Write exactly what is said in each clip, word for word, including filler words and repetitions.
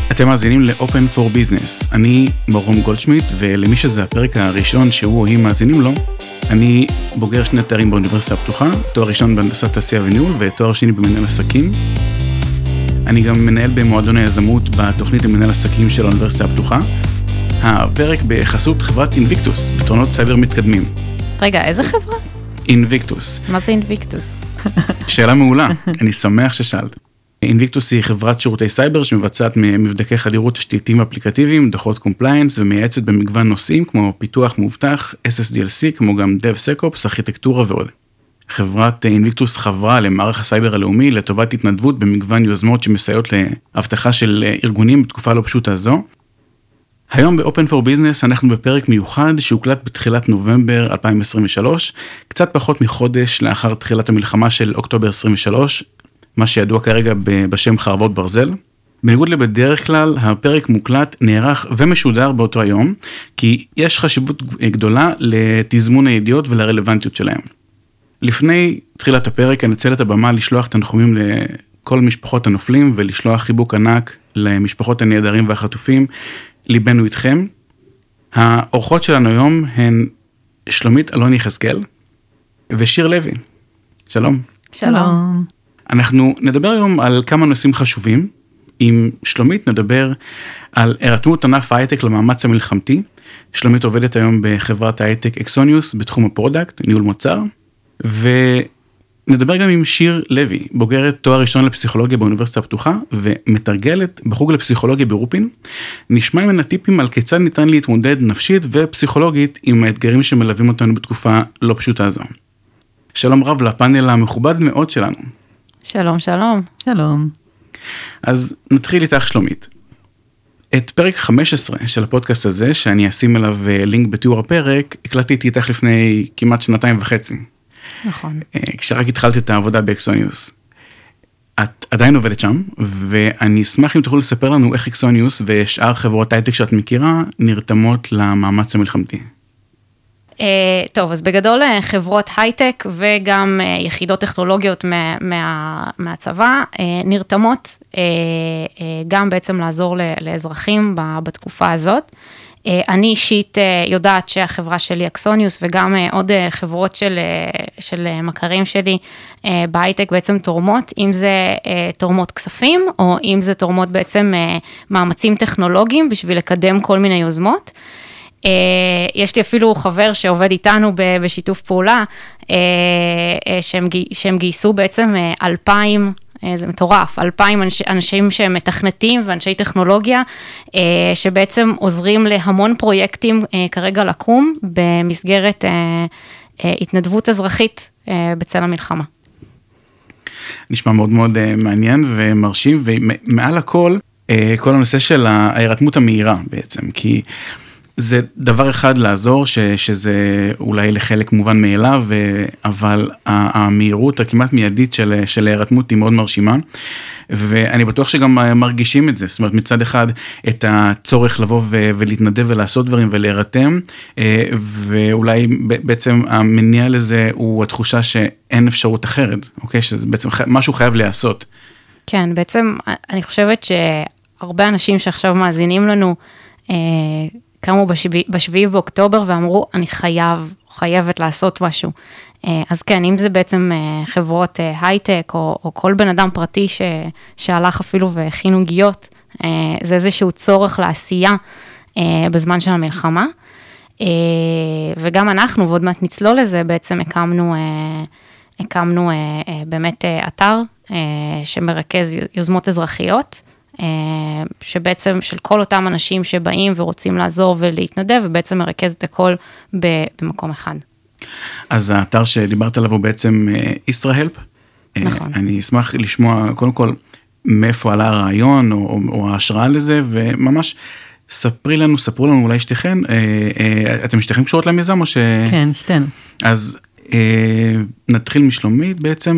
אתם מאזינים ל-Open for Business. אני מורום גולדשמיט, ולמי שזה הפרק הראשון שהוא או היא מאזינים לו, אני בוגר שני תארים באוניברסיטה הפתוחה, תואר ראשון בהנדסת תעשייה וניהול, ותואר שני במנהל עסקים. אני גם מנהל במועדון היזמות בתוכנית למנהל עסקים של האוניברסיטה הפתוחה. הפרק בחסות חברת אינביקטוס, פתרונות סייבר מתקדמים. רגע, איזה חברה? אינביקטוס. מה זה אינביקטוס? שאלה מעולה, אני שמח ששאלת. אינביקטוס היא חברת שירותי סייבר שמבצעת מבדקי חדירות תשתיתיים אפליקטיביים, דוחות קומפליינס ומייעצת במגוון נושאים כמו פיתוח מאובטח, אס אס די אל סי, כמו גם DevSecOps, ארכיטקטורה ועוד. חברת אינביקטוס חברה למערך הסייבר הלאומי לטובת התנדבות במגוון יוזמות שמסייעות להבטחה של ארגונים בתקופה לא פשוטה זו. היום ב-Open for Business אנחנו בפרק מיוחד שהוקלט בתחילת נובמבר אלפיים עשרים ושלוש, קצת פחות מחודש לאחר תחילת המלחמה של אוקטובר עשרים ושלוש, מה שידוע כרגע בשם חרבות ברזל. בניגוד לבדרך כלל, הפרק מוקלט, נערך ומשודר באותו היום, כי יש חשיבות גדולה לתזמון הידיעות ולרלוונטיות שלהם. לפני תחילת הפרק, אני אנצל את הבמה לשלוח תנחומים לכל משפחות הנופלים, ולשלוח חיבוק ענק למשפחות הנעדרים והחטופים, ליבנו איתכם. האורחות שלנו היום הן שלומית אלוני חזקאל ושיר לוי. שלום. שלום. אנחנו נדבר היום על כמה נושאים חשובים. עם שלומית נדבר על הירתמות ענף ההייטק למאמץ המלחמתי. שלומית עובדת היום בחברת ההייטק אקסוניוס בתחום הפרודקט, ניהול מוצר. ונדבר גם עם שיר לוי, בוגרת תואר ראשון לפסיכולוגיה באוניברסיטה הפתוחה, ומתרגלת בחוג לפסיכולוגיה ברופין. נשמע ממנה טיפים על כיצד ניתן להתמודד נפשית ופסיכולוגית עם האתגרים שמלווים אותנו בתקופה לא פשוטה זו. שלום רב לפאנל המכובד מאוד שלנו. שלום, שלום. שלום. אז נתחיל איתך שלומית. את פרק חמש עשרה של הפודקאסט הזה, שאני אשים אליו לינק בתיאור הפרק, הקלטתי איתך לפני כמעט שנתיים וחצי. נכון. כשרק התחלתי את העבודה באקסוניוס. את עדיין עובדת שם, ואני אשמח אם תוכלו לספר לנו איך אקסוניוס ושאר חברות הייטק שאת מכירה, נרתמות למאמץ המלחמתי. טוב, אז בגדול חברות הייטק וגם יחידות טכנולוגיות מהצבא נרתמות גם בעצם לעזור לאזרחים בתקופה הזאת. אני אישית יודעת שהחברה שלי אקסוניוס וגם עוד חברות של, של מכרים שלי בהייטק בעצם תורמות, אם זה תורמות כספים או אם זה תורמות בעצם מאמצים טכנולוגיים בשביל לקדם כל מיני יוזמות. יש לי אפילו חבר שעובד איתנו בשיתוף פעולה, שהם גייסו בעצם אלפיים, זה מטורף, אלפיים אנשים שהם מתכנתים ואנשי טכנולוגיה, שבעצם עוזרים להמון פרויקטים כרגע לקום, במסגרת התנדבות אזרחית בצל המלחמה. נשמע מאוד מאוד מעניין ומרשים, ומעל הכל, כל הנושא של ההירתמות המהירה בעצם, כי זה דבר אחד לעזור, ש, שזה אולי לחלק מובן מאליו, אבל המהירות הכמעט מיידית של, של ההירתמות היא מאוד מרשימה, ואני בטוח שגם מרגישים את זה, זאת אומרת מצד אחד את הצורך לבוא ו, ולהתנדב ולעשות דברים ולהירתם, ואולי בעצם המניע לזה הוא התחושה שאין אפשרות אחרת, אוקיי? שזה בעצם משהו חייב לעשות. כן, בעצם אני חושבת שהרבה אנשים שעכשיו מאזינים לנו, קמו בשביעי באוקטובר ואמרו, אני חייב, חייבת לעשות משהו. אז כן, אם זה בעצם חברות הייטק, או, או כל בן אדם פרטי ש, שהלך אפילו והכין עוגיות, זה איזשהו צורך לעשייה בזמן של המלחמה. וגם אנחנו, ועוד מעט נצלול לזה, בעצם הקמנו, הקמנו באמת אתר שמרכז יוזמות אזרחיות, שבעצם של כל אותם אנשים שבאים ורוצים לעזור ולהתנדב, ובעצם מרכז את הכל במקום אחד. אז האתר שדיברת עליו הוא בעצם ישראהלפ. נכון. אני אשמח לשמוע קודם כל מאיפה עלה הרעיון או, או ההשראה לזה, וממש ספרי לנו, ספרו לנו אולי שתיכן, אתם שתיכן קשורות למיזם או ש... כן, שתינו. אז נתחיל משלומית בעצם,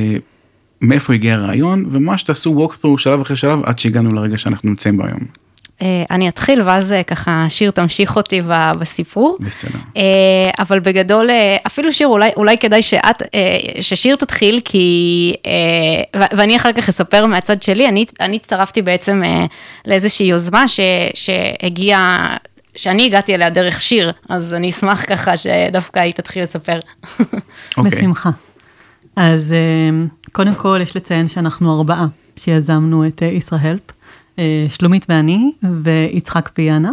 מאיפה הגיע הרעיון, וממש תעשו walk through שלב אחרי שלב, עד שהגענו לרגע שאנחנו נמצאים בו היום. אני אתחיל, ואז ככה שיר תמשיך אותי בסיפור. בסדר. אבל בגדול, אפילו שיר, אולי, אולי כדאי שאת, ששיר תתחיל, כי, ואני אחר כך אספר מהצד שלי, אני, אני הצטרפתי בעצם לאיזושהי יוזמה ש, שהגיעה, שאני הגעתי אליה דרך שיר, אז אני אשמח ככה שדווקא היא תתחיל לספר. Okay. בשמחה. אז קודם כל יש לציין שאנחנו ארבעה שיזמנו את ישראל, שלומית ואני ויצחק ויאנה,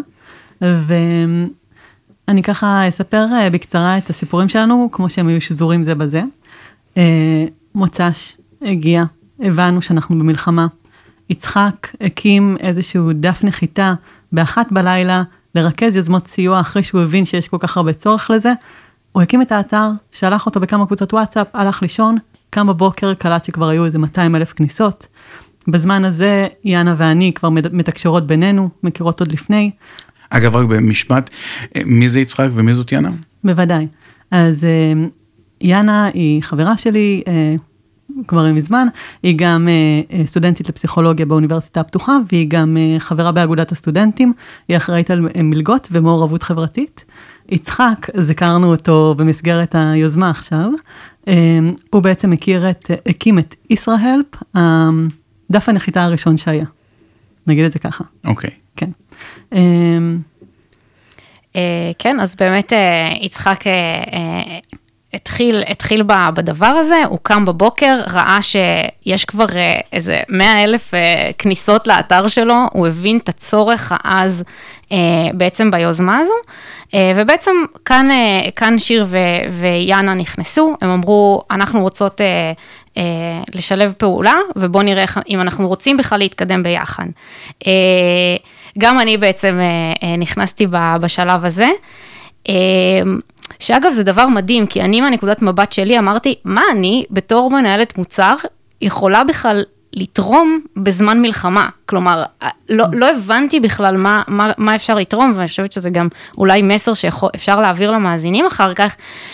ואני ככה אספר בקצרה את הסיפורים שלנו, כמו שהם היו שזורים זה בזה. מוצ"ש הגיע, הבנו שאנחנו במלחמה, יצחק הקים איזשהו דף נחיתה באחת בלילה, לרכז יוזמות סיוע אחרי שהוא הבין שיש כל כך הרבה צורך לזה, הוא הקים את האתר, שלח אותו בכמה קבוצות וואטסאפ, הלך לישון, קם בבוקר, קלט שכבר היו איזה מאתיים אלף כניסות, בזמן הזה יאנה ואני כבר מתקשרות בינינו, מכירות עוד לפני. אגב, רק במשפט, מי זה יצחק ומי זאת יאנה? בוודאי. אז יאנה היא חברה שלי, כבר מזמן, היא גם סטודנטית לפסיכולוגיה באוניברסיטה הפתוחה, והיא גם חברה באגודת הסטודנטים, היא אחראית על מלגות ומעורבות חברתית. יצחק, זכרנו אותו במסגרת היוזמה עכשיו, הוא בעצם הכיר את, הקים את ישראל, דף הנחיתה הראשון שהיה. נגיד את זה ככה. אוקיי. כן. כן, אז באמת יצחק התחיל, התחיל בדבר הזה, הוא קם בבוקר, ראה שיש כבר איזה מאה אלף כניסות לאתר שלו, הוא הבין את הצורך העז בעצם ביוזמה הזו, ובעצם כאן, כאן שיר ו, ויאנה נכנסו, הם אמרו, אנחנו רוצות לשלב פעולה, ובוא נראה אם אנחנו רוצים בכלל להתקדם ביחד. גם אני בעצם נכנסתי בשלב הזה, שאגב זה דבר מדהים, כי אני מהנקודת מבט שלי אמרתי, מה אני בתור מנהלת מוצר יכולה בכלל לתרום בזמן מלחמה? כלומר, לא, לא הבנתי בכלל מה, מה, מה אפשר לתרום, ואני חושבת שזה גם אולי מסר שאפשר להעביר למאזינים אחר כך.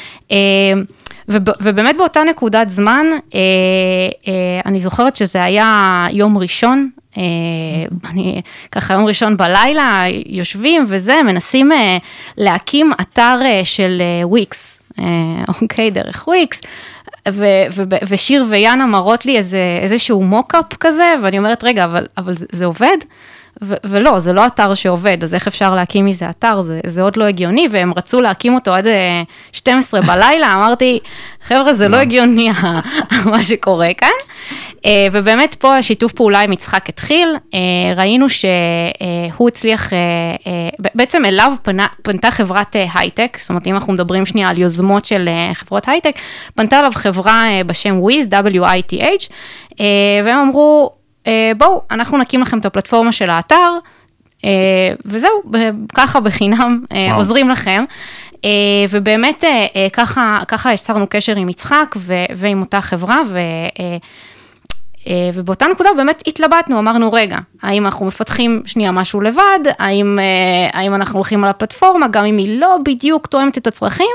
ובאמת באותה נקודת זמן, אני זוכרת שזה היה יום ראשון, אני ככה יום ראשון בלילה יושבים וזה, מנסים להקים אתר של וויקס, אוקיי, דרך וויקס, ושיר ויאנה מראות לי איזשהו מוקאפ כזה, ואני אומרת, רגע, אבל זה עובד? ולא, זה לא אתר שעובד, אז איך אפשר להקים מזה אתר? זה, זה עוד לא הגיוני, והם רצו להקים אותו עד שתים עשרה בלילה, אמרתי, חבר'ה, זה לא הגיוני מה שקורה כאן, ובאמת פה השיתוף פעולה עם יצחק התחיל, ראינו שהוא הצליח, בעצם אליו פנה, פנתה חברת הייטק, זאת אומרת, אם אנחנו מדברים שנייה על יוזמות של חברות הייטק, פנתה עליו חברה בשם וויז, דאבליו איי טי אייץ', והם אמרו, בואו, אנחנו נקים לכם את הפלטפורמה של האתר, וזהו, ככה בחינם עוזרים לכם, ובאמת ככה, ככה יצרנו קשר עם יצחק ועם אותה חברה, ובאותה נקודה באמת התלבטנו, אמרנו רגע, האם אנחנו מפתחים שנייה משהו לבד, האם, האם אנחנו הולכים על הפלטפורמה, גם אם היא לא בדיוק תואמת את הצרכים,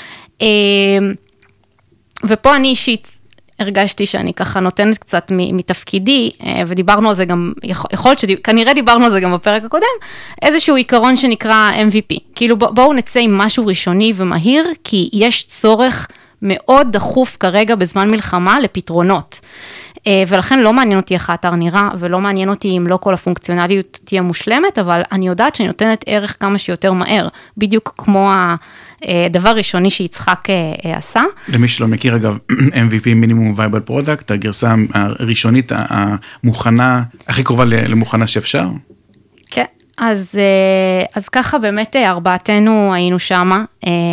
ופה אני אישית, הרגשתי שאני ככה נותנת קצת מתפקידי, ודיברנו על זה גם, יכול להיות שכנראה דיברנו על זה גם בפרק הקודם, איזשהו עיקרון שנקרא אם וי פי. כאילו בואו נצא עם משהו ראשוני ומהיר, כי יש צורך מאוד דחוף כרגע בזמן מלחמה לפתרונות. ולכן לא מעניין אותי איך האתר נראה, ולא מעניין אותי אם לא כל הפונקציונליות תהיה מושלמת, אבל אני יודעת שאני נותנת ערך כמה שיותר מהר, בדיוק כמו הדבר הראשוני שיצחק עשה. למי שלא מכיר אגב, אם וי פי מינימום וייבל פרודקט, הגרסה הראשונית המוכנה, הכי קרובה למוכנה שאפשר. כן. אז, אז ככה באמת ארבעתנו היינו שמה,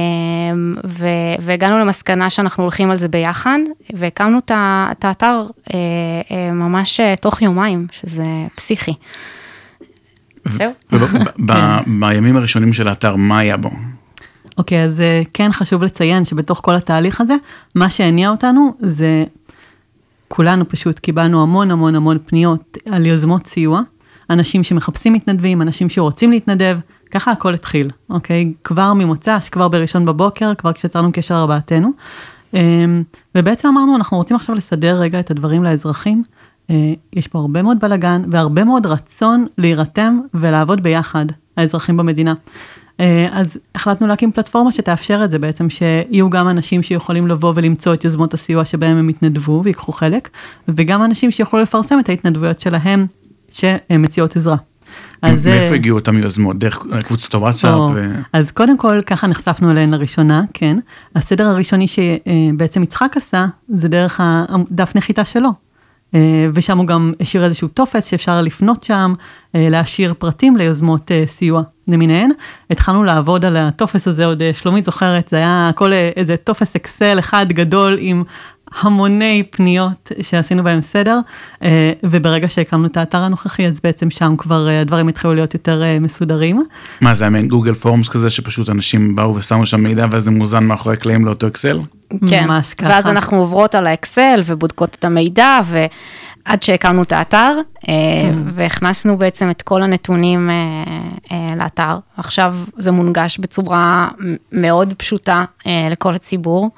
והגענו למסקנה שאנחנו הולכים על זה ביחד, והקמנו את האתר ממש תוך יומיים, שזה פסיכי. זהו. בימים הראשונים של האתר, מה היה בו? אוקיי, אז כן חשוב לציין שבתוך כל התהליך הזה, מה שהניע אותנו זה, כולנו פשוט קיבלנו המון המון המון פניות על יוזמות סיוע, אנשים שמחפשים מתנדבים, אנשים שרוצים להתנדב, ככה הכל התחיל, אוקיי? כבר ממוצ"ש, כבר בראשון בבוקר, כבר כשיצרנו קשר ארבעתנו, ובעצם אמרנו, אנחנו רוצים עכשיו לסדר רגע את הדברים לאזרחים, יש פה הרבה מאוד בלגן, והרבה מאוד רצון להירתם ולעבוד ביחד, האזרחים במדינה. אז החלטנו להקים פלטפורמה שתאפשר את זה בעצם, שיהיו גם אנשים שיכולים לבוא ולמצוא את יוזמות הסיוע שבהם הם יתנדבו ויקחו חלק, וגם אנשים שיכולו לפרסם את ההתנדבויות שלהם, שהן מציעות עזרה. אז מאיפה הגיעו אותם יוזמות? דרך קבוצות הוואטסאפ? אז קודם כל, ככה נחשפנו אליהן לראשונה, כן. הסדר הראשוני שבעצם יצחק עשה, זה דרך הדף נחיתה שלו. ושם הוא גם השאיר איזשהו טופס שאפשר לפנות שם, להשאיר פרטים ליוזמות סיוע למיניהן. התחלנו לעבוד על הטופס הזה, עוד שלומית זוכרת, זה היה הכל איזה טופס אקסל אחד גדול עם המוני פניות שעשינו בהם סדר, וברגע שהקמנו את האתר הנוכחי, אז בעצם שם כבר הדברים התחילו להיות יותר מסודרים. מה זה, המין גוגל פורמס כזה, שפשוט אנשים באו ושמו שם מידע, ואז זה מוזן מאחורי הקלעים לאותו אקסל? כן, ואז אנחנו עוברות על האקסל, ובודקות את המידע, ועד שהקמנו את האתר, והכנסנו בעצם את כל הנתונים לאתר. עכשיו זה מונגש בצורה מאוד פשוטה לכל הציבור,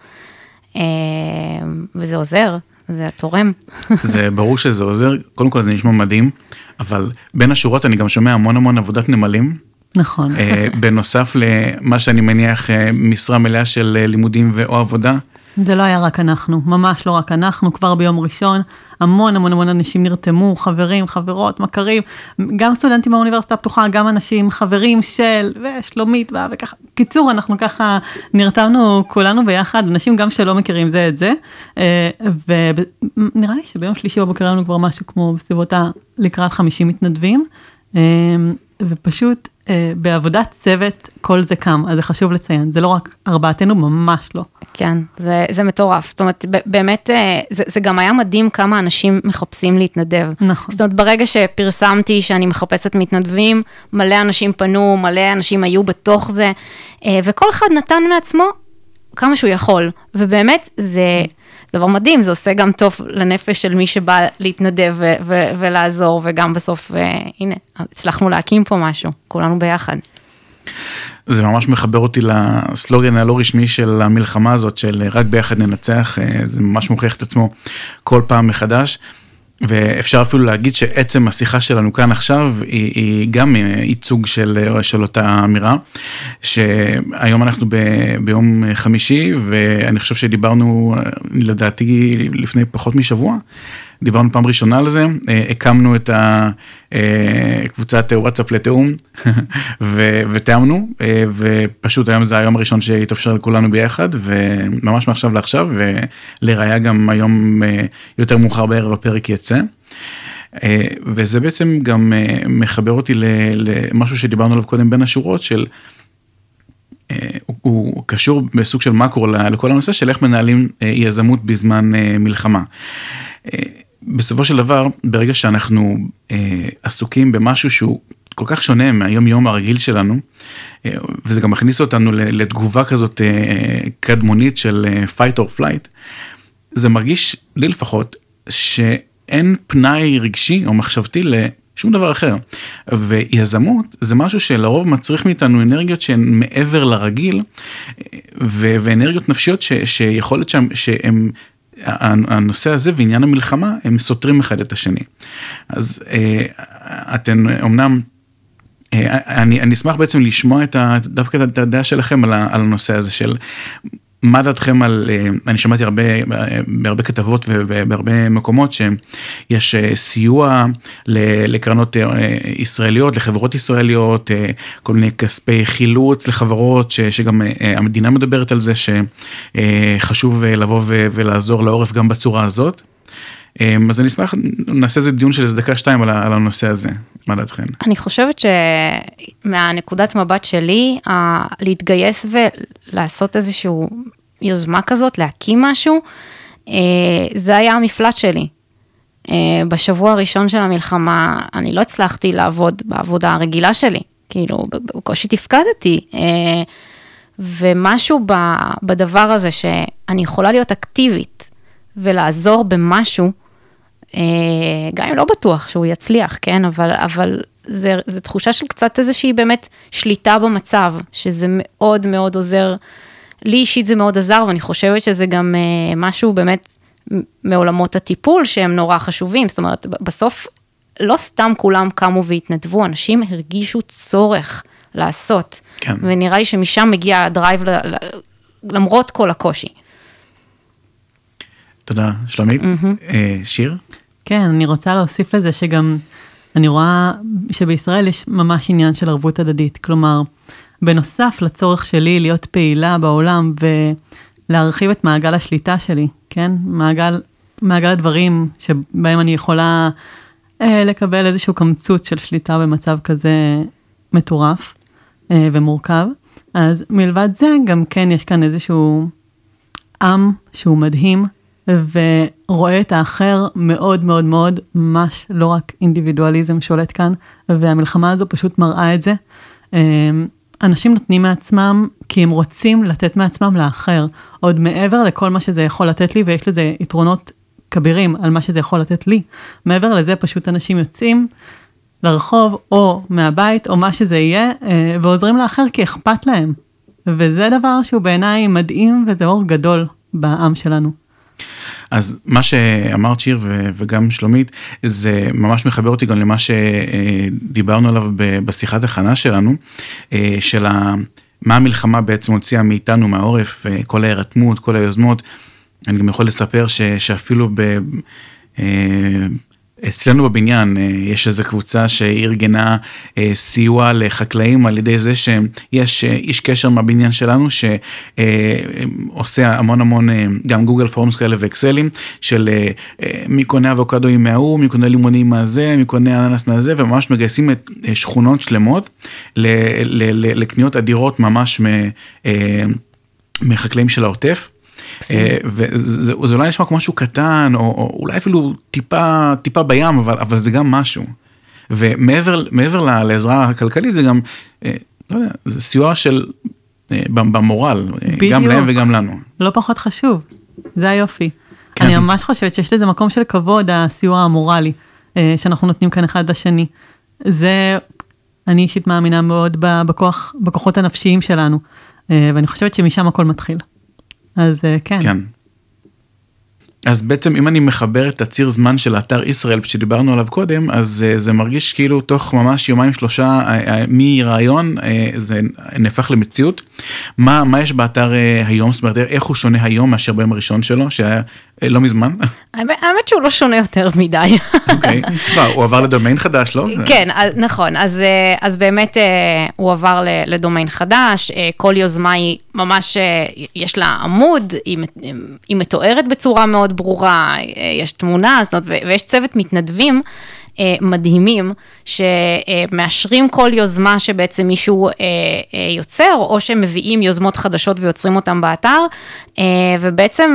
וזה עוזר, זה תורם. זה ברור שזה עוזר, קודם כל זה נשמע מדהים, אבל בין השורות אני גם שומע המון המון עבודת נמלים. נכון. בנוסף למה שאני מניח משרה מלאה של לימודים ואו עבודה. זה לא היה רק אנחנו, ממש לא רק אנחנו, כבר ביום ראשון, המון המון המון אנשים נרתמו, חברים, חברות, מכרים, גם סטודנטים באוניברסיטה הפתוחה, גם אנשים, חברים של, ושלומית, וככה, קיצור, אנחנו ככה נרתמנו כולנו ביחד, אנשים גם שלא מכירים זה את זה, ונראה לי שביום שלישי בבוקר היינו כבר משהו כמו בסביבות לקראת חמישים מתנדבים, ופשוט בעבודת צוות כל זה קם, אז זה חשוב לציין, זה לא רק ארבעתנו, ממש לא. כן, זה, זה מטורף, זאת אומרת, באמת, זה, זה גם היה מדהים כמה אנשים מחפשים להתנדב. נכון. זאת אומרת, ברגע שפרסמתי שאני מחפשת מתנדבים, מלא אנשים פנו, מלא אנשים היו בתוך זה, וכל אחד נתן מעצמו כמה שהוא יכול, ובאמת זה דבר מדהים, זה עושה גם טוב לנפש של מי שבא להתנדב ו- ו- ולעזור, וגם בסוף, הנה, הצלחנו להקים פה משהו, כולנו ביחד. זה ממש מחבר אותי לסלוגן הלא רשמי של המלחמה הזאת, של רק ביחד ננצח, זה ממש מוכיח את עצמו כל פעם מחדש, ואפשר אפילו להגיד שעצם השיחה שלנו כאן עכשיו, היא, היא גם ייצוג של, של אותה אמירה, שהיום אנחנו ב, ביום חמישי, ואני חושב שדיברנו, לדעתי, לפני פחות משבוע, דיברנו פעם ראשונה על זה, הקמנו את הקבוצת וואטסאפ לתאום, ותאמנו, ופשוט היום זה היום הראשון שהתאפשר לכולנו ביחד, וממש מעכשיו לעכשיו, ולראיה גם היום יותר מאוחר בערב הפרק יצא, וזה בעצם גם מחבר אותי למשהו שדיברנו עליו קודם בין השורות, של הוא קשור בסוג של מקרו לכל הנושא של איך מנהלים יזמות בזמן מלחמה. בסופו של דבר, ברגע שאנחנו עסוקים במשהו שהוא כל כך שונה מהיום יום הרגיל שלנו, וזה גם מכניס אותנו לתגובה כזאת קדמונית של fight or flight, זה מרגיש לי לפחות שאין פנאי רגשי או מחשבתי לשום דבר אחר. ויזמות זה משהו שלרוב מצריך מאיתנו אנרגיות שהן מעבר לרגיל, ואנרגיות נפשיות שיכול להיות שהן הנושא הזה ועניין המלחמה, הם סותרים אחד את השני. אז אתן אומנם, אני, אני אשמח בעצם לשמוע את ה, דווקא את הדעה שלכם על, על הנושא הזה של מה דעתכם על, אני שמעתי הרבה, בהרבה כתבות ובהרבה מקומות שיש סיוע לקרנות ישראליות, לחברות ישראליות, כל מיני כספי חילוץ לחברות, שגם המדינה מדברת על זה, שחשוב לבוא ולעזור לעורף גם בצורה הזאת. אז אני אשמח, נעשה איזה דיון של איזה דקה שתיים על הנושא הזה. מה דעתכם? אני חושבת שמהנקודת מבט שלי, להתגייס ולעשות איזשהו יוזמה כזאת, להקים משהו, זה היה המפלט שלי. בשבוע הראשון של המלחמה, אני לא הצלחתי לעבוד בעבודה הרגילה שלי, כאילו, בקושי תפקדתי, ומשהו בדבר הזה שאני יכולה להיות אקטיבית, ולעזור במשהו, גם אם לא בטוח שהוא יצליח, כן? אבל, אבל זה, זה תחושה של קצת איזושהי באמת שליטה במצב, שזה מאוד מאוד עוזר, לי אישית זה מאוד עזר, ואני חושבת שזה גם משהו באמת מעולמות הטיפול שהם נורא חשובים, זאת אומרת, בסוף לא סתם כולם קמו והתנדבו, אנשים הרגישו צורך לעשות, כן. ונראה לי שמשם מגיע הדרייב למרות כל הקושי. תודה, שלומית. Mm-hmm. שיר? כן, אני רוצה להוסיף לזה שגם, אני רואה שבישראל יש ממש עניין של ערבות הדדית, כלומר, בנוסף לצורך שלי להיות פעילה בעולם ולהרחיב את מעגל השליטה שלי, כן? מעגל, מעגל הדברים שבהם אני יכולה אה, לקבל איזשהו קמצות של שליטה במצב כזה מטורף אה, ומורכב. אז מלבד זה גם כן יש כאן איזשהו עם שהוא מדהים, ורואה את האחר מאוד מאוד מאוד, ממש לא רק אינדיבידואליזם שולט כאן, והמלחמה הזו פשוט מראה את זה. אנשים נותנים מעצמם, כי הם רוצים לתת מעצמם לאחר, עוד מעבר לכל מה שזה יכול לתת לי, ויש לזה יתרונות כבירים על מה שזה יכול לתת לי. מעבר לזה פשוט אנשים יוצאים לרחוב, או מהבית, או מה שזה יהיה, ועוזרים לאחר כי אכפת להם. וזה דבר שהוא בעיניי מדהים, וזה אור גדול בעם שלנו. אז מה שאמרת שיר ו- וגם שלומית, זה ממש מחבר אותי גם למה שדיברנו עליו בשיחת הכנה שלנו, של ה- מה המלחמה בעצם הוציאה מאיתנו, מהעורף, כל ההירתמות, כל היוזמות. אני גם יכול לספר ש- שאפילו ב... אצלנו בבניין יש איזו קבוצה שארגנה סיוע לחקלאים על ידי זה שיש איש קשר מהבניין שלנו שעושה המון המון גם גוגל פורמס כאלה ואקסלים של מי קונה אבוקדוים מההוא, מי קונה לימונים מהזה, מי קונה אננס מהזה, וממש מגייסים את שכונות שלמות לקניות אדירות ממש מחקלאים של העוטף. וזה אולי נשמע כמו משהו קטן, או אולי אפילו טיפה, טיפה בים, אבל, אבל זה גם משהו. ומעבר, מעבר לעזרה הכלכלית, זה גם, לא יודע, זה סיוע של, במורל, גם להם וגם לנו. לא פחות חשוב, זה היופי. אני ממש חושבת שיש לזה מקום של כבוד, הסיוע המורלי, שאנחנו נותנים כאן אחד לשני. זה, אני אישית מאמינה מאוד בכוח, בכוחות הנפשיים שלנו, ואני חושבת שמשם הכל מתחיל. אז כן. כן. אז בעצם אם אני מחבר את הציר זמן של האתר ישראל שדיברנו עליו קודם, אז זה מרגיש כאילו תוך ממש יומיים שלושה מרעיון זה נהפך למציאות. מה, מה יש באתר היום? זאת אומרת, איך הוא שונה היום מאשר ביום הראשון שלו, שהיה לא מזמן? האמת שהוא לא שונה יותר מדי. אוקיי. הוא עבר לדומיין חדש, לא? כן, נכון. אז, אז באמת הוא עבר לדומיין חדש. כל יוזמה היא ממש, יש לה עמוד, היא, היא מתוארת בצורה מאוד ברורה, יש תמונה, זאת אומרת, ויש צוות מתנדבים מדהימים, שמאשרים כל יוזמה שבעצם מישהו יוצר, או שמביאים יוזמות חדשות ויוצרים אותם באתר, ובעצם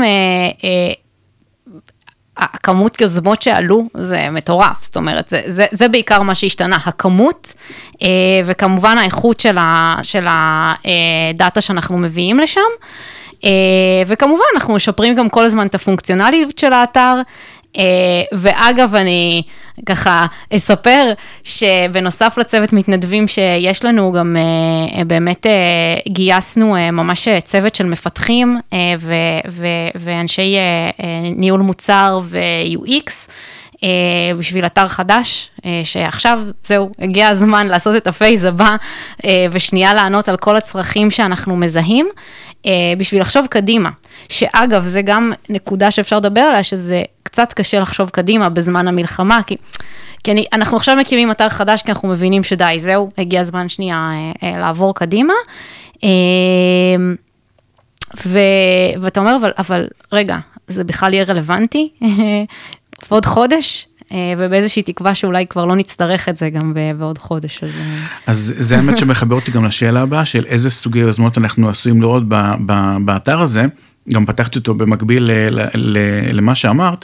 הכמות יוזמות שעלו, זה מטורף, זאת אומרת, זה, זה, זה בעיקר מה שהשתנה, הכמות, וכמובן האיכות של, ה, של הדאטה שאנחנו מביאים לשם, וכמובן אנחנו משפרים גם כל הזמן את הפונקציונליות של האתר, ואגב אני ככה אספר שבנוסף לצוות מתנדבים שיש לנו גם באמת גייסנו ממש צוות של מפתחים ואנשי ניהול מוצר ו-יו אקס בשביל אתר חדש, שעכשיו זהו, הגיע הזמן לעשות את הפייז הבא ושנייה לענות על כל הצרכים שאנחנו מזהים, בשביל לחשוב קדימה, שאגב זה גם נקודה שאפשר לדבר עליה, שזה קצת קשה לחשוב קדימה בזמן המלחמה, כי, כי אני, אנחנו עכשיו מקימים אתר חדש, כי אנחנו מבינים שדי, זהו, הגיע הזמן שנייה לעבור קדימה, ו, ואתה אומר, אבל, אבל רגע, זה בכלל יהיה רלוונטי, ועוד חודש, ובאיזושהי תקווה שאולי כבר לא נצטרך את זה גם בעוד חודש. אז, אז זה האמת שמחבר אותי גם לשאלה הבאה, של איזה סוגי יוזמות אנחנו עשויים לראות ב, ב, באתר הזה, גם פתחתי אותו במקביל ל, ל, למה שאמרת,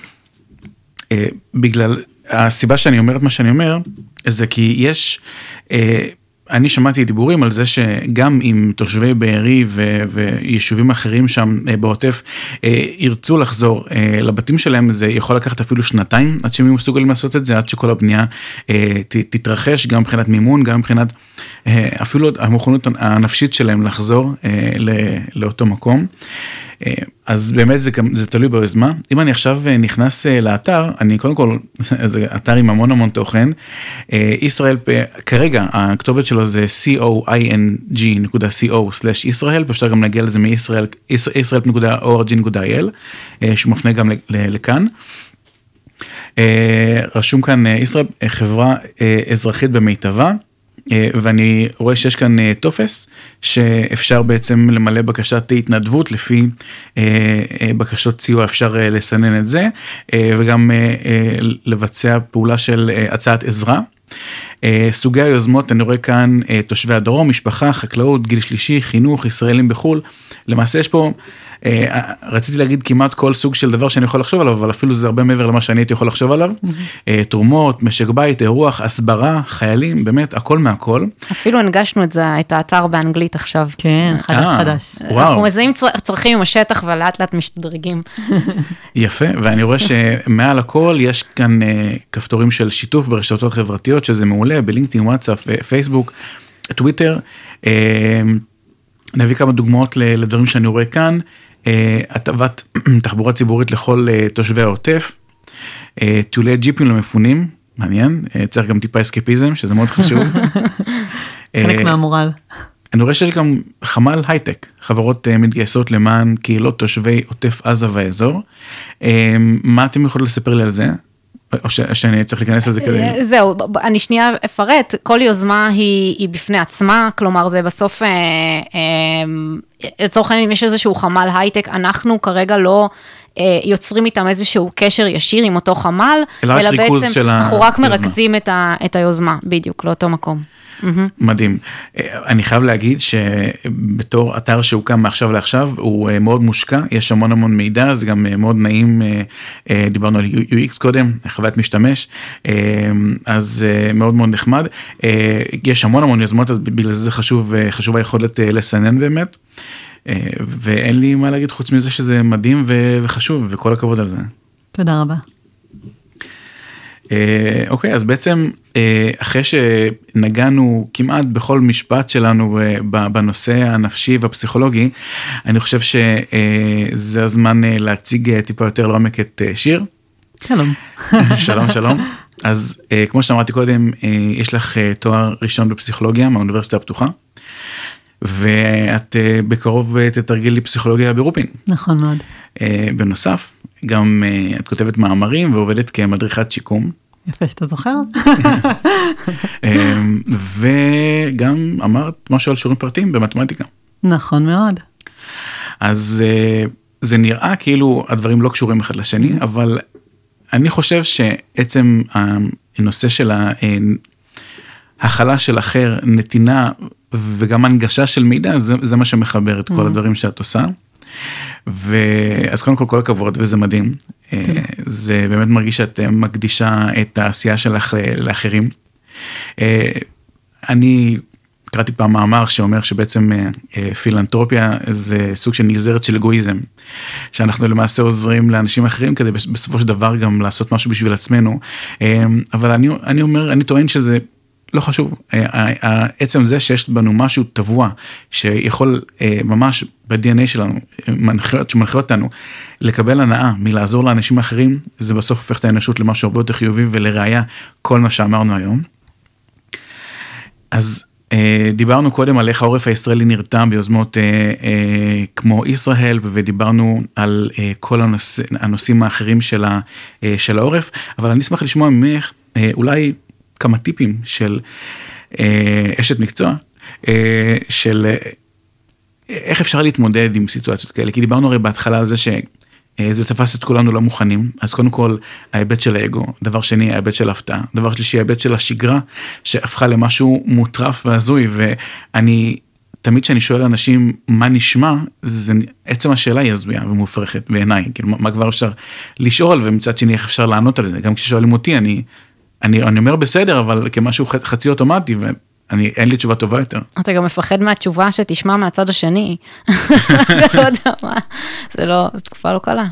בגלל הסיבה שאני אומר את מה שאני אומר, זה כי יש, אני שמעתי דיבורים על זה שגם אם תושבי בארי ו- ויישובים אחרים שם בעוטף ירצו לחזור לבתים שלהם, זה יכול לקחת אפילו שנתיים עד שהם מסוגלים לעשות את זה, עד שכל הבנייה תתרחש, גם מבחינת מימון, גם מבחינת אפילו המוכנות הנפשית שלהם לחזור לאותו מקום. אז באמת זה, זה תלוי ביוזמה. אם אני עכשיו נכנס לאתר, אני קודם כל, זה אתר עם המון המון תוכן. ישראל, כרגע הכתובת שלו זה coing נקודה co סלש ישראל, אפשר גם להגיע לזה מישראל, ישראל נקודה או אר ג'י נקודה איי אל, שמפנה גם לכאן. רשום כאן ישראל, חברה אזרחית במיטבה, ואני רואה שיש כאן טופס שאפשר בעצם למלא בקשת התנדבות, לפי בקשות סיוע אפשר לסנן את זה, וגם לבצע פעולה של הצעת עזרה. סוגי היוזמות, אני רואה כאן תושבי הדרום, משפחה, חקלאות, גיל שלישי, חינוך, ישראלים בחול. למעשה יש פה, רציתי להגיד כמעט כל סוג של דבר שאני יכול לחשוב עליו, אבל אפילו זה הרבה מעבר למה שאני הייתי יכול לחשוב עליו. תרומות, משק בית, אירוח, הסברה, חיילים, באמת, הכל מהכל. אפילו הנגשנו את זה, את האתר באנגלית עכשיו. כן, חדש חדש. אנחנו מזהים צרכים עם השטח ולאט לאט משתדרגים. יפה, ואני רואה שמעל הכל יש כאן כפתורים של שיתוף ברשתות חברתיות, שזה מעולה, בלינקדאין, וואטסאפ, פייסבוק, טוויטר. נביא כמה דוגמאות לדברים שאני רואה כאן, הטבת תחבורה ציבורית לכל תושבי העוטף, טיולי ג'יפים למפונים, מעניין, צריך גם טיפה אסקפיזם, שזה מאוד חשוב. חלק מהמורל. אני רואה שיש גם חמ"ל הייטק, חברות מתגייסות למען קהילות תושבי עוטף עזה והאזור. מה אתם יכולים לספר לי על זה? או ש, שאני צריך להיכנס לזה כדי... זהו, אני שנייה אפרט, כל יוזמה היא, היא בפני עצמה, כלומר זה בסוף, אה, אה, לצורך העניין, אם יש איזשהו חמ"ל הייטק, אנחנו כרגע לא אה, יוצרים איתם איזשהו קשר ישיר עם אותו חמ"ל, אלא, אלא בעצם אנחנו רק מרכזים את, ה, את היוזמה, בדיוק, לאותו מקום. מדהים. אני חייב להגיד שבתור אתר שהוקם מעכשיו לעכשיו, הוא מאוד מושקע, יש המון המון מידע, זה גם מאוד נעים, דיברנו על יו אקס קודם, חוויית משתמש, אז מאוד מאוד נחמד. יש המון המון יוזמות, אז בגלל זה חשוב, חשוב היכולת לסנן באמת, ואין לי מה להגיד חוץ מזה שזה מדהים וחשוב, וכל הכבוד על זה. תודה רבה. אוקיי, אז בעצם אחרי שנגענו כמעט בכל משפט שלנו בנושא הנפשי והפסיכולוגי, אני חושב שזה הזמן להציג טיפה יותר לעומק את שיר. שלום. שלום, שלום. אז כמו שאמרתי קודם, יש לך תואר ראשון בפסיכולוגיה מהאוניברסיטה הפתוחה, ואת בקרוב תתרגלי פסיכולוגיה ברופין. נכון מאוד. בנוסף, גם את כותבת מאמרים ועובדת כמדריכת שיקום. יפה שאתה זוכר. וגם אמרת משהו על שיעורים פרטיים במתמטיקה. נכון מאוד. אז זה נראה כאילו הדברים לא קשורים אחד לשני, אבל אני חושב שעצם הנושא של ההכלה של אחר, נתינה וגם הנגשה של מידע, זה, זה מה שמחבר את כל הדברים שאת עושה. ואז קודם כל כל הכבוד, וזה מדהים. זה באמת מרגיש שאת מקדישה את העשייה שלך לאחרים. אני קראתי פעם מאמר שאומר שבעצם פילנטרופיה זה סוג של נגזרת של אגואיזם, שאנחנו למעשה עוזרים לאנשים אחרים כדי בסופו של דבר גם לעשות משהו בשביל עצמנו. אבל אני, אני אומר, אני טוען שזה לא חשוב, העצם זה שיש בנו משהו טבוע, שיכול ממש ב-די אן איי שלנו, שמנחה אותנו, לקבל הנאה מלעזור לאנשים אחרים, זה בסוף הופך את האנושות למשהו הרבה יותר חיובי, ולראיה כל מה שאמרנו היום. אז דיברנו קודם על איך העורף הישראלי נרתם ביוזמות כמו ישראל, ודיברנו על כל הנושאים האחרים של העורף, אבל אני אשמח לשמוע ממך, אולי כמה טיפים של אה, אשת מקצוע, אה, של אה, איך אפשר להתמודד עם סיטואציות כאלה, כי דיברנו הרי בהתחלה על זה שזה תפס את כולנו לא מוכנים, אז קודם כל ההיבט של האגו, דבר שני ההיבט של ההפתעה, דבר שלישי ההיבט של השגרה, שהפכה למשהו מוטרף והזוי, ואני תמיד שאני שואל אנשים מה נשמע, זה, עצם השאלה היא הזויה ומופרכת בעיניי, כאילו מה כבר אפשר לשאול, ומצד שני איך אפשר לענות על זה, גם כששואלים אותי אני אני, אני אומר בסדר, אבל כמשהו חצי אוטומטי, ואני, אין לי תשובה טובה יותר. אתה גם מפחד מהתשובה שתשמע מהצד השני. לא יודע מה, זה לא, זו תקופה לא קלה.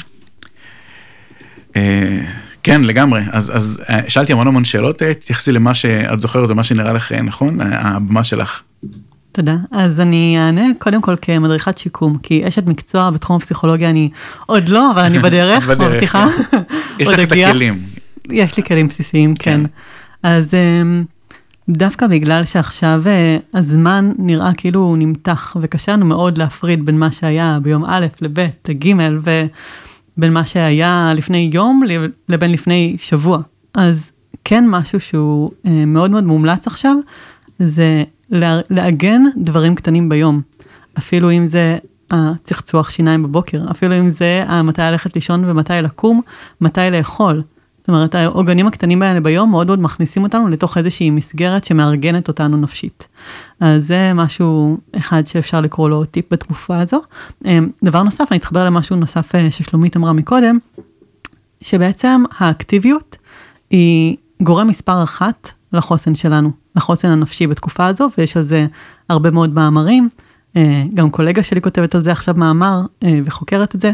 כן, לגמרי. אז, אז שאלתי המון המון שאלות, תתייחסי למה שאת זוכרת, ומה שנראה לך נכון, הבמה שלך. תודה. אז אני אענה קודם כל כמדריכת שיקום, כי אשת מקצוע בתחום הפסיכולוגיה אני עוד לא, אבל אני בדרך, מבטיחה. יש לך את הכלים. יש לי כלים בסיסיים, כן. אז דווקא בגלל שעכשיו הזמן נראה כאילו הוא נמתח, וקשה לנו מאוד להפריד בין מה שהיה ביום א' לב' לג' ובין מה שהיה לפני יום לבין לפני שבוע. אז כן משהו שהוא מאוד מאוד מומלץ עכשיו, זה לעגן דברים קטנים ביום. אפילו אם זה הצחצוח שיניים בבוקר, אפילו אם זה מתי ללכת לישון ומתי לקום, מתי לאכול. זאת אומרת, העוגנים הקטנים האלה ביום מאוד מאוד מכניסים אותנו לתוך איזושהי מסגרת שמארגנת אותנו נפשית. אז זה משהו אחד שאפשר לקרוא לו טיפ בתקופה הזו. דבר נוסף, אני אתחבר למשהו נוסף ששלומית אמרה מקודם, שבעצם האקטיביות היא גורם מספר אחת לחוסן שלנו, לחוסן הנפשי בתקופה הזו, ויש על זה הרבה מאוד מאמרים. גם קולגה שלי כותבת על זה עכשיו מאמר וחוקרת את זה.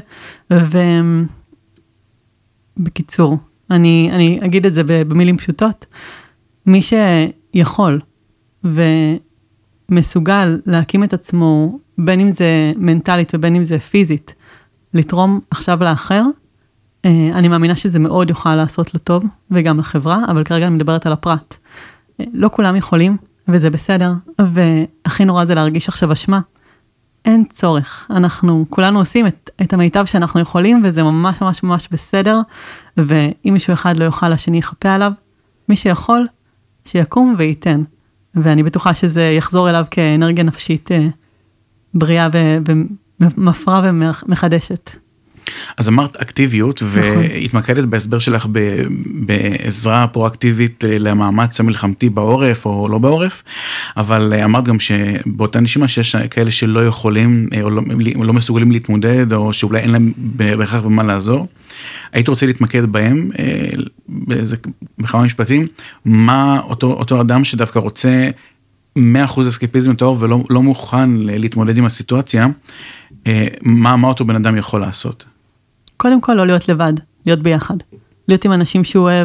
ובקיצור, אני, אני אגיד את זה במילים פשוטות, מי שיכול ומסוגל להקים את עצמו, בין אם זה מנטלית ובין אם זה פיזית, לתרום עכשיו לאחר, אני מאמינה שזה מאוד יוכל לעשות לו טוב, וגם לחברה, אבל כרגע אני מדברת על הפרט. לא כולם יכולים, וזה בסדר, והכי נורא זה להרגיש עכשיו אשמה. אין צורך, אנחנו כולנו עושים את, את המיטב שאנחנו יכולים, וזה ממש ממש ממש בסדר, ואם מישהו אחד לא יוכל, השני יחפה עליו, מי שיכול, שיקום וייתן, ואני בטוחה שזה יחזור אליו כאנרגיה נפשית אה, בריאה ומפרה ומחדשת. אז אמרת אקטיביות, והתמקדת בהסבר שלך בעזרה פרואקטיבית למאמץ המלחמתי בעורף או לא בעורף, אבל אמרת גם שבאותה נשימה שיש כאלה שלא יכולים או לא, לא מסוגלים להתמודד, או שאולי אין להם בהכרח במה לעזור. היית רוצה להתמקד בהם, באיזה, בכמה משפטים, מה אותו, אותו אדם שדווקא רוצה מאה אחוז אסקפיזם טוב ולא לא מוכן להתמודד עם הסיטואציה, מה, מה אותו בן אדם יכול לעשות? קודם כל, לא להיות לבד, להיות ביחד. להיות עם אנשים שהוא אוהב.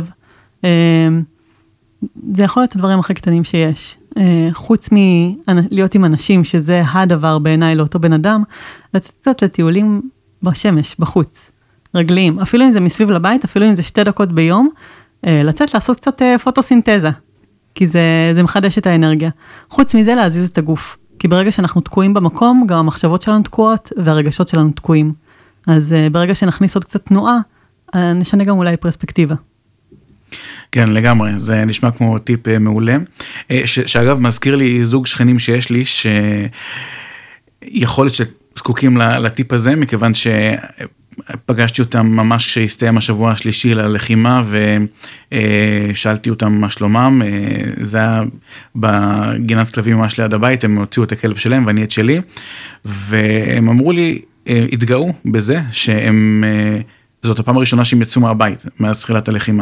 זה יכול להיות הדברים הכי קטנים שיש. חוץ מלהיות עם אנשים, שזה הדבר בעיניי לאותו בן אדם, לצאת קצת לטיולים בשמש, בחוץ, רגליים. אפילו אם זה מסביב לבית, אפילו אם זה שתי דקות ביום, לצאת לעשות קצת פוטוסינתזה. כי זה, זה מחדש את האנרגיה. חוץ מזה, להזיז את הגוף. כי ברגע שאנחנו תקועים במקום, גם המחשבות שלנו תקועות, והרגשות שלנו תקועים. אז ברגע שנכניס עוד קצת תנועה, נשנה גם אולי פרספקטיבה. כן, לגמרי, זה נשמע כמו טיפ מעולה, ש, שאגב מזכיר לי זוג שכנים שיש לי, שיכול להיות שזקוקים לטיפ הזה, מכיוון שפגשתי אותם ממש כשהסתיים השבוע השלישי ללחימה, ושאלתי אותם מה שלומם, זה היה בגינת כלבים ממש ליד הבית, הם הוציאו את הכלב שלהם ואני את שלי, והם אמרו לי, התגאו בזה שהם, זאת הפעם הראשונה שהם יצאו מהבית, מאז תחילת הלחימה.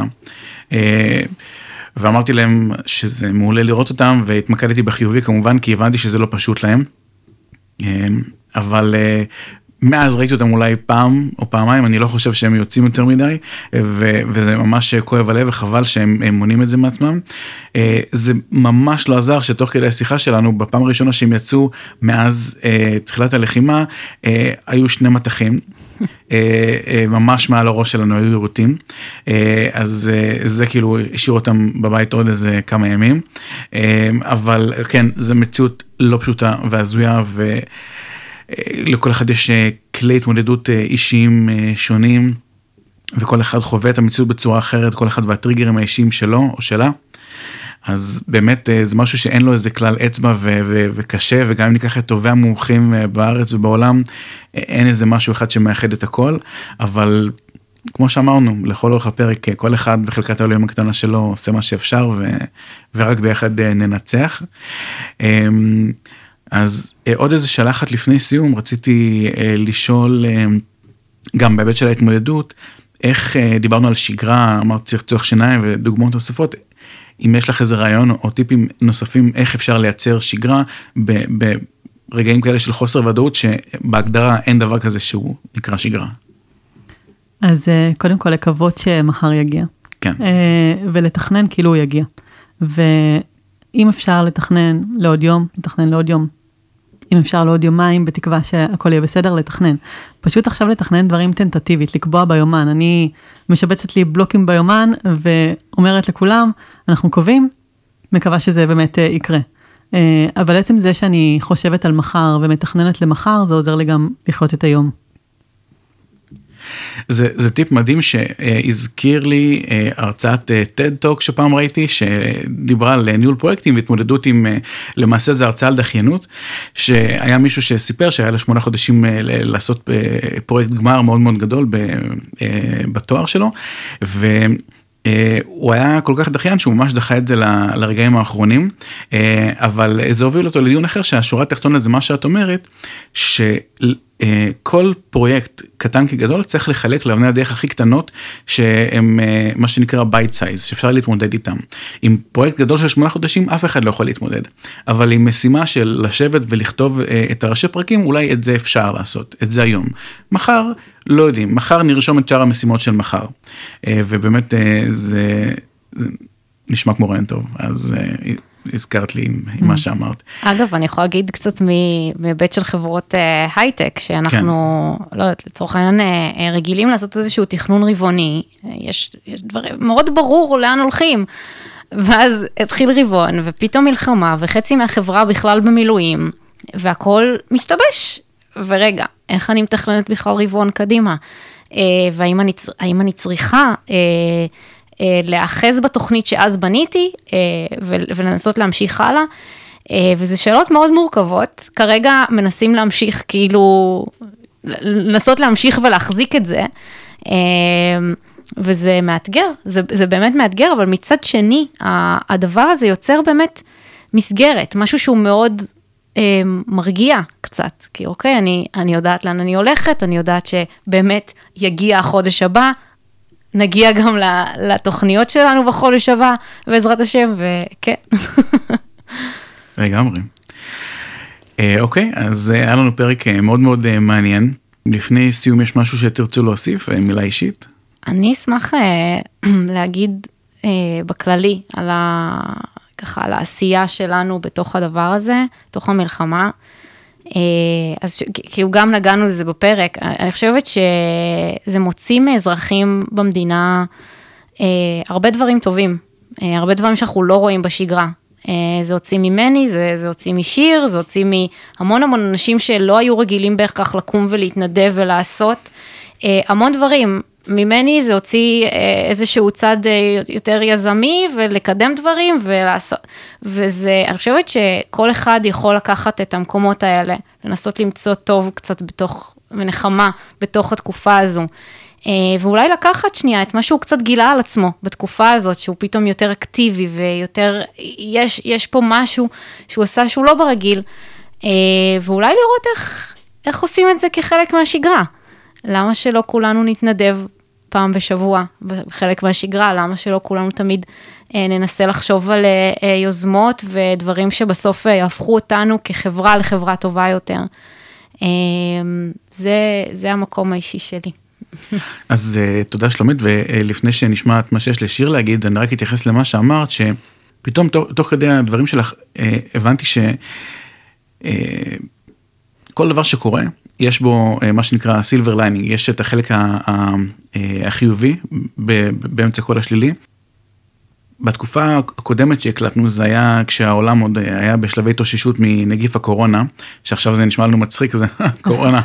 ואמרתי להם שזה מעולה לראות אותם, והתמקדתי בחיובי כמובן, כי הבנתי שזה לא פשוט להם. אבל מאז ראיתי אותם אולי פעם או פעמיים, אני לא חושב שהם יוצאים יותר מדי, ו- וזה ממש כואב הלב, וחבל שהם מונים את זה מעצמם. זה ממש לא עזר שתוך כדי השיחה שלנו, בפעם הראשונה שהם יצאו מאז תחילת הלחימה, היו שני מתחים, ממש מעל הראש שלנו היו ירוטים, אז זה כאילו השאיר אותם בבית עוד איזה כמה ימים, אבל כן, זו מציאות לא פשוטה והזויה, ו... לכל אחד יש כלי התמודדות אישיים שונים, וכל אחד חווה את המציאות בצורה אחרת, כל אחד והטריגרים האישיים שלו או שלה, אז באמת זה משהו שאין לו איזה כלל אצבע ו- ו- וקשה, וגם אם ניקח את טובי המומחים בארץ ובעולם, אין איזה משהו אחד שמאחד את הכל, אבל כמו שאמרנו, לכל אורך הפרק, כל אחד בחלקת האלוהים הקטנה שלו עושה מה שאפשר, ו- ורק ביחד ננצח. אז עוד איזה שלחת לפני סיום, רציתי לשאול, גם בהיבט של ההתמודדות, איך דיברנו על שגרה, אמרת צריך צורך שיניים ודוגמאות נוספות, אם יש לך איזה רעיון או טיפים נוספים, איך אפשר לייצר שגרה ברגעים כאלה של חוסר ודאות, שבהגדרה אין דבר כזה שהוא נקרא שגרה. אז קודם כל לקוות שמחר יגיע. כן. ולתכנן כאילו הוא יגיע. ואם אפשר לתכנן לעוד יום, לתכנן לעוד יום. אם אפשר לעוד יומיים, בתקווה שהכל יהיה בסדר, לתכנן. פשוט עכשיו לתכנן דברים טנטטיבית, לקבוע ביומן. אני משבצת לי בלוקים ביומן, ואומרת לכולם, אנחנו קובעים, מקווה שזה באמת יקרה. אבל עצם זה שאני חושבת על מחר, ומתכננת למחר, זה עוזר לי גם לחיות את היום. זה, זה טיפ מדהים שהזכיר לי הרצאת TED Talk שפעם ראיתי, שדיברה על ניהול פרויקטים והתמודדות עם, למעשה זה הרצאה על דחיינות, שהיה מישהו שסיפר שהיה לו שמונה חודשים לעשות פרויקט גמר מאוד מאוד גדול בתואר שלו, ו... הוא היה כל כך דחיין שהוא ממש דחה את זה לרגעים האחרונים, אבל זה הוביל אותו לדיון אחר שהשורה התחתונה זה מה שאת אומרת, שכל פרויקט קטן כגדול צריך לחלק לאבני הדרך הכי קטנות, שהם מה שנקרא bite size, שאפשר להתמודד איתם. עם פרויקט גדול של שמונה חודשים אף אחד לא יכול להתמודד, אבל עם משימה של לשבת ולכתוב את הראשי פרקים, אולי את זה אפשר לעשות, את זה היום. מחר לא יודעים, מחר נרשום את שאר המשימות של מחר, ובאמת זה נשמע כמו רעיון טוב, אז הזכרת לי עם מה שאמרת. אגב, אני יכולה להגיד קצת מבית של חברות הייטק, שאנחנו, לא יודעת, לצורך העניין רגילים לעשות איזשהו תכנון רבעוני, יש דברים מאוד ברור לאן הולכים, ואז התחיל רבעון, ופתאום מלחמה, וחצי מהחברה בכלל במילואים, והכל משתבש, ורגע, איך אני מתכננת בכלל רבעון קדימה? והאם אני, האם אני צריכה לאחז בתוכנית שאז בניתי, ולנסות להמשיך הלאה? וזה שאלות מאוד מורכבות. כרגע מנסים להמשיך, כאילו, לנסות להמשיך ולהחזיק את זה, וזה מאתגר, זה, זה באמת מאתגר, אבל מצד שני, הדבר הזה יוצר באמת מסגרת, משהו שהוא מאוד מרגיע קצת, כי אוקיי, אני, אני יודעת לאן אני הולכת, אני יודעת שבאמת יגיע החודש הבא, נגיע גם לתוכניות שלנו בחודש הבא, בעזרת השם, וכן. לגמרי. אוקיי, אז היה לנו פרק מאוד מאוד מעניין. לפני סיום יש משהו שתרצו להוסיף, מילה אישית? אני אשמח להגיד בכללי על ה... ככה, על העשייה שלנו בתוך הדבר הזה, בתוך המלחמה. אז כי הוא גם נגענו לזה בפרק, אני חושבת שזה מוציא מאזרחים במדינה הרבה דברים טובים, הרבה דברים שאנחנו לא רואים בשגרה. זה הוציא ממני, זה, זה הוציא משיר, זה הוציא מהמון המון אנשים שלא היו רגילים בהכרח לקום ולהתנדב ולעשות. המון דברים. ממני זה הוציא איזשהו צד יותר יזמי, ולקדם דברים, ולעשות, וזה, אני חושבת שכל אחד יכול לקחת את המקומות האלה, לנסות למצוא טוב קצת בתוך, ונחמה בתוך התקופה הזו, ואולי לקחת שנייה את מה שהוא קצת גילה על עצמו, בתקופה הזאת, שהוא פתאום יותר אקטיבי, ויותר, יש, יש פה משהו שהוא עושה שהוא לא ברגיל, ואולי לראות איך, איך עושים את זה כחלק מהשגרה, למה שלא כולנו נתנדב פעם בשבוע, בחלק מהשגרה, למה שלא כולנו תמיד ננסה לחשוב על יוזמות ודברים שבסוף יהפכו אותנו כחברה לחברה טובה יותר. זה, זה המקום האישי שלי. אז תודה שלומית, ולפני שנשמע את מה שיש לשיר להגיד, אני רק אתייחס למה שאמרת, שפתאום תוך, תוך כדי הדברים שלך, הבנתי ש... כל דבר שקורה, יש בו מה שנקרא silver lining, יש את החלק החיובי באמצע כל השלילי. בתקופה הקודמת שהקלטנו, זה היה כשהעולם עוד היה בשלבי תאוששות מנגיף הקורונה, שעכשיו זה נשמע לנו מצחיק, זה קורונה.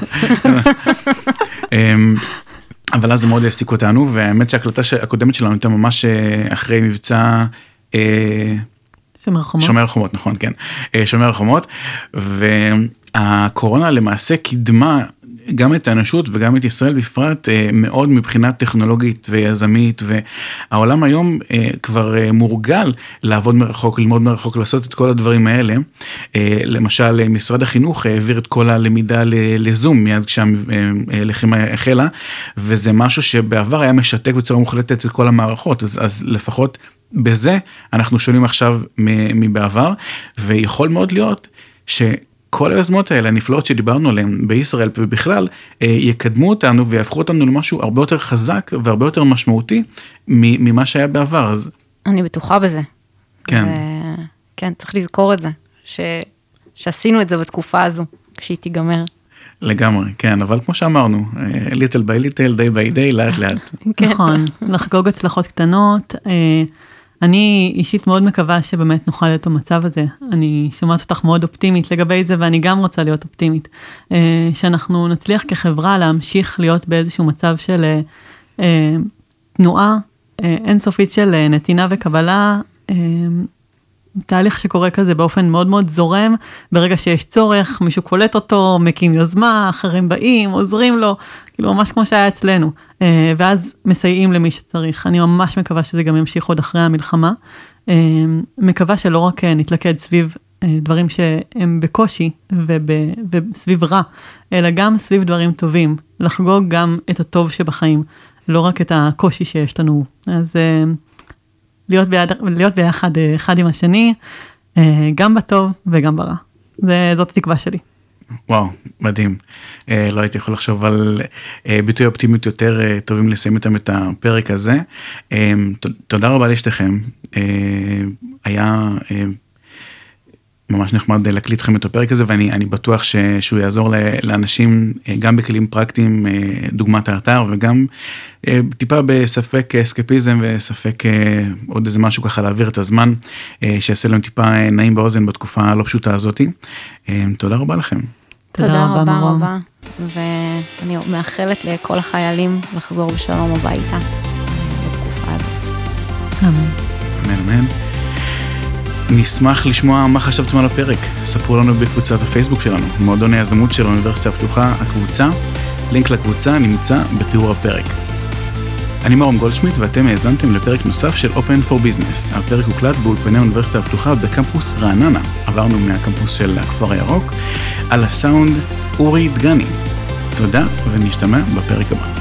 אבל אז זה מאוד העסיק אותנו, והאמת שההקלטה הקודמת שלנו הייתה ממש אחרי מבצע... שומר חומות. שומר חומות, נכון, כן. שומר חומות, והקורונה למעשה קידמה גם את האנושות וגם את ישראל בפרט מאוד מבחינה טכנולוגית ויזמית, והעולם היום כבר מורגל לעבוד מרחוק, ללמוד מרחוק, לעשות את כל הדברים האלה. למשל, משרד החינוך העביר את כל הלמידה לזום מיד כשהלחימה החלה, וזה משהו שבעבר היה משתק בצורה מוחלטת את כל המערכות, אז, אז לפחות בזה אנחנו שונים עכשיו מבעבר, ויכול מאוד להיות שכל היוזמות האלה, הנפלאות שדיברנו עליהן בישראל ובכלל, יקדמו אותנו ויהפכו אותנו למשהו הרבה יותר חזק והרבה יותר משמעותי ממה שהיה בעבר. אז... אני בטוחה בזה. כן. ו... כן, צריך לזכור את זה, ש... שעשינו את זה בתקופה הזו, כשהיא תיגמר. לגמרי, כן, אבל כמו שאמרנו, little by little, day by day, לאט לאט. נכון, לחגוג הצלחות קטנות. אני אישית מאוד מקווה שבאמת נוכל להיות במצב הזה. אני שומעת אותך מאוד אופטימית לגבי זה, ואני גם רוצה להיות אופטימית. שאנחנו נצליח כחברה להמשיך להיות באיזשהו מצב של תנועה אינסופית של נתינה וקבלה, תהליך שקורה כזה באופן מאוד מאוד זורם, ברגע שיש צורך, מישהו קולט אותו, מקים יוזמה, אחרים באים, עוזרים לו, כאילו ממש כמו שהיה אצלנו, ואז מסייעים למי שצריך. אני ממש מקווה שזה גם ימשיך עוד אחרי המלחמה, מקווה שלא רק נתלכד סביב דברים שהם בקושי וסביב רע, אלא גם סביב דברים טובים, לחגוג גם את הטוב שבחיים, לא רק את הקושי שיש לנו. אז להיות ביחד, להיות ביחד אחד עם השני, גם בטוב וגם ברע. זה, זאת התקווה שלי. וואו, מדהים. לא הייתי יכול לחשוב על ביטוי אופטימיות יותר טובים לסיים איתם את הפרק הזה. תודה רבה לשתיכם. היה ממש נחמד להקליט לכם את הפרק הזה, ואני אני בטוח ש, שהוא יעזור לאנשים גם בכלים פרקטיים, דוגמת האתר, וגם טיפה בספק אסקפיזם וספק עוד איזה משהו ככה להעביר את הזמן, שיעשה להם טיפה נעים באוזן בתקופה הלא פשוטה הזאת. תודה רבה לכם. תודה רבה רבה, ואני מאחלת לכל החיילים לחזור בשלום הביתה בתקופה הזאת. אמן. אמן, אמן. נשמח לשמוע מה חשבתם על הפרק. ספרו לנו בקבוצת הפייסבוק שלנו, מועדון היזמות של האוניברסיטה הפתוחה, הקבוצה. לינק לקבוצה נמצא בתיאור הפרק. אני מרום גולדשמיט, ואתם האזנתם לפרק נוסף של Open for Business. הפרק הוקלט באולפני האוניברסיטה הפתוחה בקמפוס רעננה. עברנו מהקמפוס של הכפר הירוק. על הסאונד אורי דגני. תודה, ונשתמע בפרק הבא.